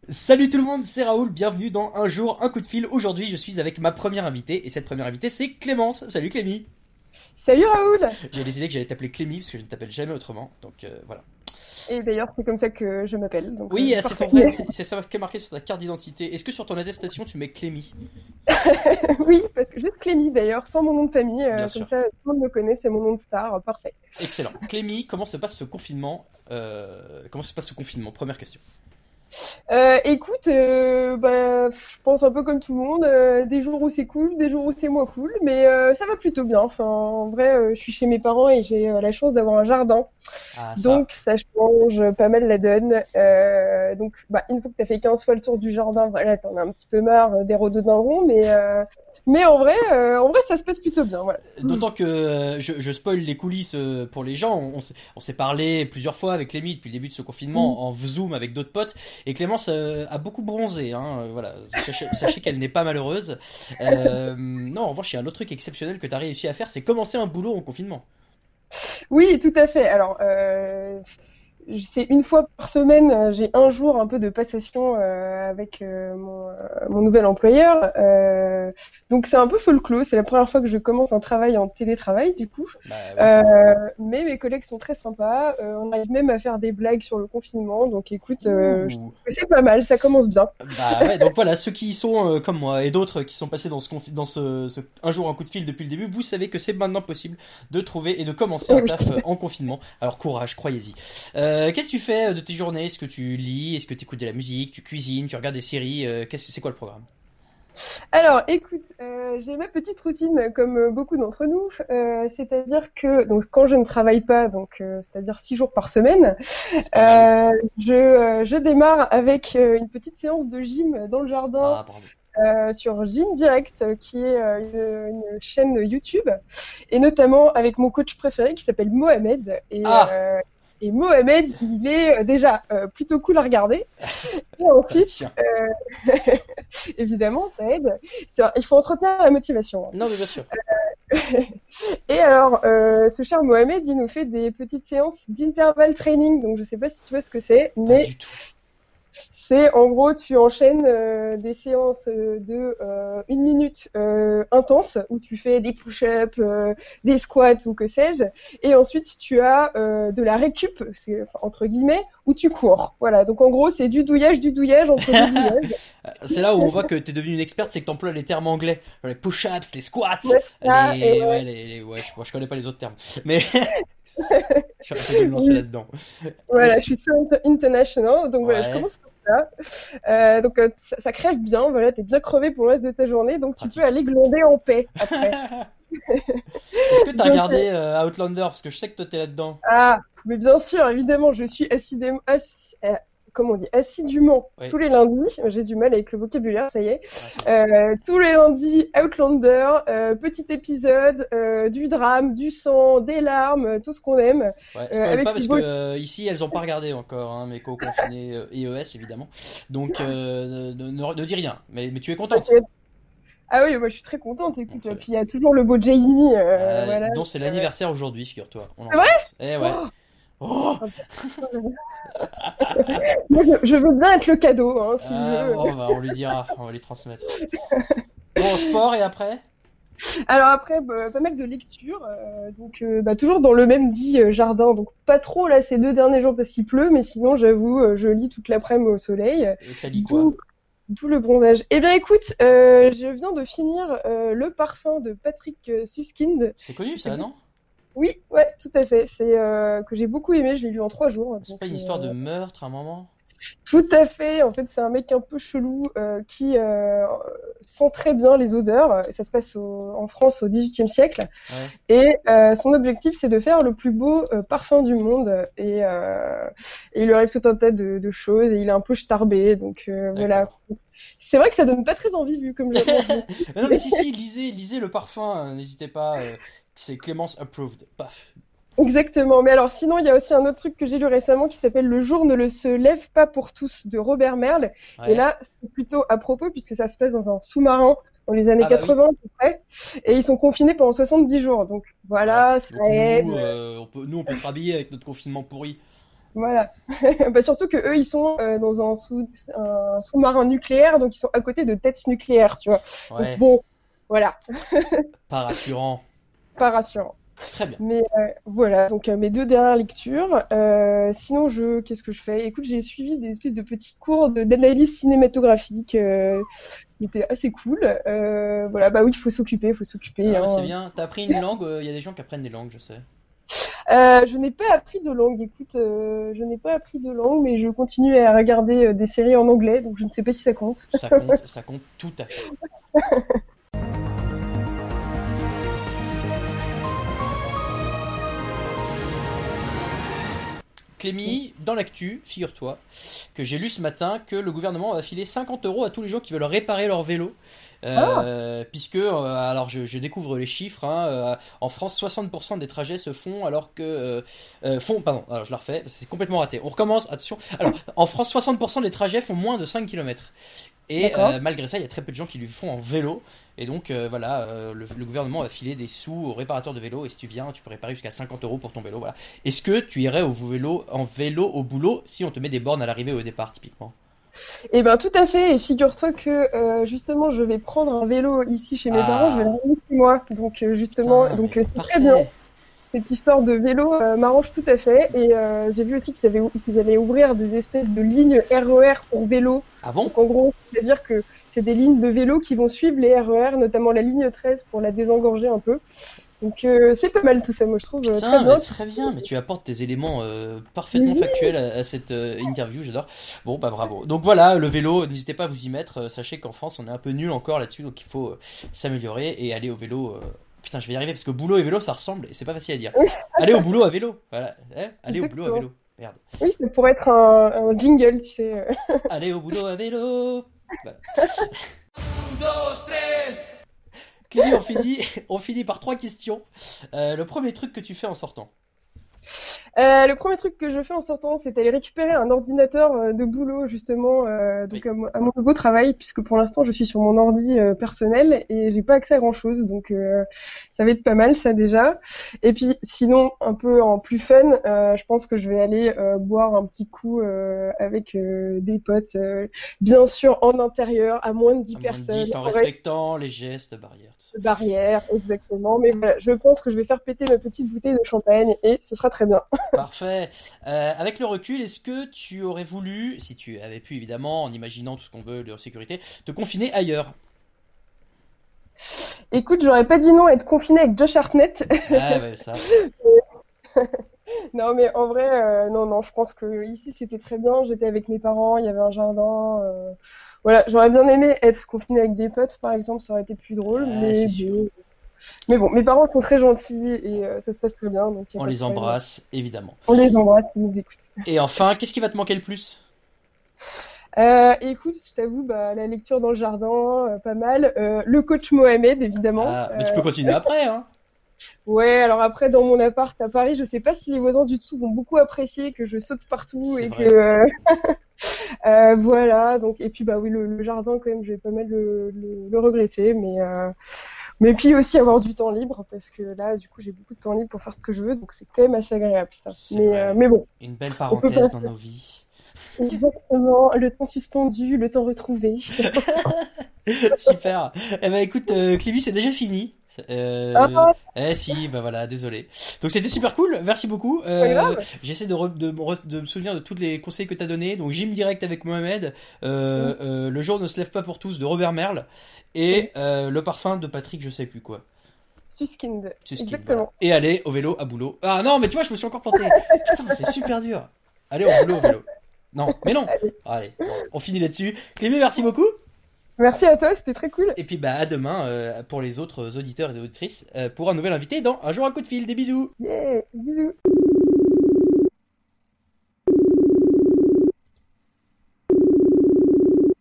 Salut tout le monde, c'est Raoul, bienvenue dans Un jour, un coup de fil. Aujourd'hui, je suis avec ma première invitée, et cette première invitée, c'est Clémence. Salut Clémy. Salut Raoul! J'ai décidé que j'allais t'appeler Clémy, parce que je ne t'appelle jamais autrement, donc voilà. Et d'ailleurs, c'est comme ça que je m'appelle, donc Oui, c'est ton parfait. vrai, c'est ça qui est marqué sur ta carte d'identité. Est-ce que sur ton attestation, tu mets Clémy? Oui, parce que juste Clémy d'ailleurs, sans mon nom de famille, Bien comme sûr. ça tout le monde me connaît, c'est mon nom de star, parfait. Excellent. Clémy, comment se passe ce confinement comment se passe ce confinement? Première question. Écoute, je pense un peu comme tout le monde, des jours où c'est cool, des jours où c'est moins cool, mais ça va plutôt bien. Enfin, en vrai, je suis chez mes parents et j'ai la chance d'avoir un jardin, Ah, ça. donc ça change pas mal la donne. Donc, une fois que t'as fait 15 fois le tour du jardin, voilà, t'en as un petit peu marre des rhododendrons, mais en vrai, ça se passe plutôt bien, voilà. D'autant que je spoil les coulisses pour les gens. On s'est parlé plusieurs fois avec Clémy depuis le début de ce confinement en Zoom avec d'autres potes. Et Clémence a beaucoup bronzé. Hein, voilà, sachez qu'elle n'est pas malheureuse. Non, en revanche, il y a un autre truc exceptionnel que tu as réussi à faire, c'est commencer un boulot en confinement. Oui, tout à fait. Alors, c'est une fois par semaine, j'ai un jour un peu de passation avec mon nouvel employeur. Donc c'est un peu folklore, c'est la première fois que je commence un travail en télétravail du coup. Bah oui. Euh, mais mes collègues sont très sympas, on arrive même à faire des blagues sur le confinement. Donc écoute, je trouve Ouh. que c'est pas mal, ça commence bien. Bah ouais, donc voilà, ceux qui sont comme moi et d'autres qui sont passés dans un jour un coup de fil depuis le début, vous savez que c'est maintenant possible de trouver et de commencer un Oui. taf en confinement. Alors courage, croyez-y. Qu'est-ce que tu fais de tes journées? Est-ce que tu lis? Est-ce que tu écoutes de la musique? Tu cuisines? Tu regardes des séries? C'est quoi le programme? Alors, écoute, j'ai ma petite routine comme beaucoup d'entre nous, c'est-à-dire que donc quand je ne travaille pas, donc c'est-à-dire 6 jours par semaine, C'est pas mal. je démarre avec une petite séance de gym dans le jardin Ah, bravo. sur Gym Direct, qui est une chaîne YouTube, et notamment avec mon coach préféré qui s'appelle Mohamed. Ah, Et Mohamed, il est déjà plutôt cool à regarder. Et ça va, ensuite, tiens. évidemment, ça aide. Tiens, il faut entretenir la motivation. Non, mais bien sûr. Et alors, ce cher Mohamed, il nous fait des petites séances d'interval training. Donc, je sais pas si tu vois ce que c'est, Pas mais du tout. c'est en gros, tu enchaînes des séances de 1 minute intense où tu fais des push-ups, des squats ou que sais-je. Et ensuite, tu as de la récup, enfin, entre guillemets, où tu cours. Voilà. Donc, en gros, c'est du douillage entre deux douillages. C'est là où on voit que t'es devenu une experte, c'est que t'emploies les termes anglais. Genre les push-ups, les squats, Ouais, ça, et ouais, ouais, je connais pas les autres termes. Mais j'aurais pu me lancer oui, là-dedans. voilà, je suis sur international. Donc, voilà, je Ouais, commence comme ça. Donc ça crève bien, voilà, t'es bien crevé pour le reste de ta journée, donc tu peux pratique. aller glander en paix après. Est-ce que t'as Donc, regardé Outlander? Parce que je sais que toi t'es là-dedans. mais bien sûr, évidemment, je suis comment on dit, assidûment Oui. tous les lundis. J'ai du mal avec le vocabulaire, ça y est. Ah, c'est vrai. Tous les lundis, Outlander, petit épisode, du drame, du sang, des larmes, tout ce qu'on aime, Ouais, spoil avec pas parce une que bonne. ici elles ont pas regardé encore, hein, mes co-confinés EES évidemment. Donc ne dis rien. Mais tu es contente. Ah oui, moi je suis très contente. Bon, Écoute, très bien. puis il y a toujours le beau Jamie, voilà. Dont c'est l'anniversaire aujourd'hui, figure-toi. On C'est vrai? l'embrasse. Eh ouais. Oh, Oh. moi, je veux bien être le cadeau, hein, s'il Ah, veut. bon, bah, on lui dira, on va lui transmettre. Bon, sport et après? Alors après, pas mal de lectures, donc toujours dans le même dit jardin, donc pas trop là ces 2 derniers jours parce qu'il pleut, mais sinon j'avoue, je lis toute l'après-midi au soleil, Et ça lit quoi? d'où d'où le bronzage. Eh bien écoute, je viens de finir Le Parfum de Patrick Suskind. C'est connu Je sais ça, pas. non? Oui, ouais, tout à fait. C'est que j'ai beaucoup aimé. Je l'ai lu en 3 jours, C'est donc pas une histoire de meurtre à un moment? tout à fait. En fait, c'est un mec un peu chelou qui sent très bien les odeurs. Ça se passe en France au XVIIIe siècle. Ouais, Et son objectif, c'est de faire le plus beau parfum du monde. Et il lui arrive tout un tas de choses. Et il est un peu starbé. Donc voilà. d'accord. C'est vrai que ça donne pas très envie vu comme je mange beaucoup. Mais non, mais si, lisez le parfum, n'hésitez pas. C'est Clémence Approved. Paf. Exactement. Mais alors, sinon, il y a aussi un autre truc que j'ai lu récemment qui s'appelle Le jour ne se lève pas pour tous de Robert Merle. Et Ouais. là, c'est plutôt à propos puisque ça se passe dans un sous-marin dans les années Ah bah oui. 80 à peu près. Et ils sont confinés pendant 70 jours. Donc Ouais. voilà, ça Donc aide. nous, on peut se rhabiller avec notre confinement pourri. Voilà. Bah, surtout que eux, ils sont dans un sous-marin nucléaire, donc ils sont à côté de têtes nucléaires, tu vois. Donc Ouais, bon, voilà, pas rassurant. pas rassurant. Très bien. Mais voilà, donc mes deux dernières lectures. Sinon, qu'est-ce que je fais? Écoute, j'ai suivi des espèces de petits cours d'analyse cinématographique qui étaient assez cool. Voilà, bah oui, il faut s'occuper, Ah, bah, c'est hein. bien. T'as appris une langue? Il y a des gens qui apprennent des langues, je sais. Je n'ai pas appris de langue. Écoute, je n'ai pas appris de langue, mais je continue à regarder des séries en anglais, donc je ne sais pas si ça compte. Ça compte tout à fait. Clémy, dans l'actu, figure-toi que j'ai lu ce matin que le gouvernement va filer 50 euros à tous les gens qui veulent réparer leur vélo. Ah, Puisque, alors je découvre les chiffres, hein, en France 60% des trajets se font alors que... pardon, alors je la refais, c'est complètement raté. On recommence, attention. Alors, en France 60% des trajets font moins de 5 km. Et d'accord. malgré ça, il y a très peu de gens qui le font en vélo. Et donc voilà, le gouvernement va filer des sous aux réparateurs de vélos. Et si tu viens, tu peux réparer jusqu'à 50 euros pour ton vélo. Voilà. Est-ce que tu irais en vélo au boulot si on te met des bornes à l'arrivée ou au départ, typiquement? Eh ben tout à fait. Et figure-toi que justement, je vais prendre un vélo ici chez mes parents. Je vais le Ah, ramener chez moi. Donc justement, putain, donc mais c'est très bien. parfait. Cette histoire de vélo m'arrange tout à fait. Et j'ai vu aussi qu'ils allaient ouvrir des espèces de lignes RER pour vélo. Ah bon? Donc en gros, c'est-à-dire que c'est des lignes de vélo qui vont suivre les RER, notamment la ligne 13 pour la désengorger un peu. Donc c'est pas mal tout ça, moi je trouve très Putain, mais bien. très bien, mais tu apportes des éléments Mais parfaitement oui, factuels à cette interview, j'adore. Bon, bah bravo. Donc voilà, le vélo, n'hésitez pas à vous y mettre. Sachez qu'en France, on est un peu nul encore là-dessus, donc il faut s'améliorer et aller au vélo. Putain, je vais y arriver parce que boulot et vélo, ça ressemble et c'est pas facile à dire. oui, Aller au boulot à vélo, voilà. Aller au boulot à exactement. vélo. Merde. Oui, ça pourrait être un jingle, tu sais. Aller au boulot à vélo. Voilà. Clémy, on finit par trois questions. Le premier truc que tu fais en sortant. Le premier truc que je fais en sortant, c'est aller récupérer un ordinateur de boulot justement, donc Oui. à mon nouveau travail, puisque pour l'instant je suis sur mon ordi personnel et j'ai pas accès à grand chose, donc ça va être pas mal ça déjà. Et puis sinon, un peu en plus fun, je pense que je vais aller boire un petit coup avec des potes, bien sûr en intérieur, à moins de 10 À moins de personnes, 10 en en règle respectant les gestes barrières, tout ça. de barrière, exactement. Mais voilà, je pense que je vais faire péter ma petite bouteille de champagne et ce sera très bien. Parfait. Avec le recul, est-ce que tu aurais voulu, si tu avais pu évidemment, en imaginant tout ce qu'on veut de sécurité, te confiner ailleurs? Écoute, j'aurais pas dit non à être confinée avec Josh Hartnett. Ah ouais, ça. Non, mais en vrai, non, non, je pense que ici c'était très bien. J'étais avec mes parents, il y avait un jardin. Voilà, j'aurais bien aimé être confinée avec des potes, par exemple, ça aurait été plus drôle. Ah, c'est sûr. Mais bon, mes parents sont très gentils et ça se passe très bien, donc il n'y a On pas de les problème. embrasse, évidemment. On les embrasse, ils nous écoutent. Et enfin, qu'est-ce qui va te manquer le plus? Écoute, je t'avoue, bah, la lecture dans le jardin, pas mal. Le coach Mohamed, évidemment. Ah, mais tu peux continuer après, hein. Ouais, alors après, dans mon appart à Paris, je sais pas si les voisins du dessous vont beaucoup apprécier que je saute partout C'est et que vrai. voilà. Donc et puis bah oui, le jardin quand même, je vais pas mal le regretter, mais puis aussi avoir du temps libre parce que là, du coup, j'ai beaucoup de temps libre pour faire ce que je veux, donc c'est quand même assez agréable ça. C'est vrai. Mais bon, Une belle on peut pas parenthèse dans nos vies. exactement le temps suspendu, le temps retrouvé. Super. Eh ben écoute, Clivis, c'est déjà fini. Ah, Si, bah voilà, désolé. Donc c'était super cool, merci beaucoup. c'est pas grave. J'essaie de me souvenir de tous les conseils que t'as donnés. Donc gym direct avec Mohamed, Oui, le jour ne se lève pas pour tous de Robert Merle oui. et le parfum de Patrick, je sais plus quoi. Suskind, Suskind, voilà. exactement. Et aller au vélo à boulot. Ah non, mais tu vois, je me suis encore planté. Putain, c'est super dur. Aller au boulot au vélo. Non, mais non. Allez. Allez, bon, on finit là-dessus. Clémy, merci beaucoup. Merci à toi, c'était très cool. Et puis bah à demain pour les autres auditeurs et auditrices pour un nouvel invité dans Un jour un coup de fil. Des bisous. Yeah, bisous.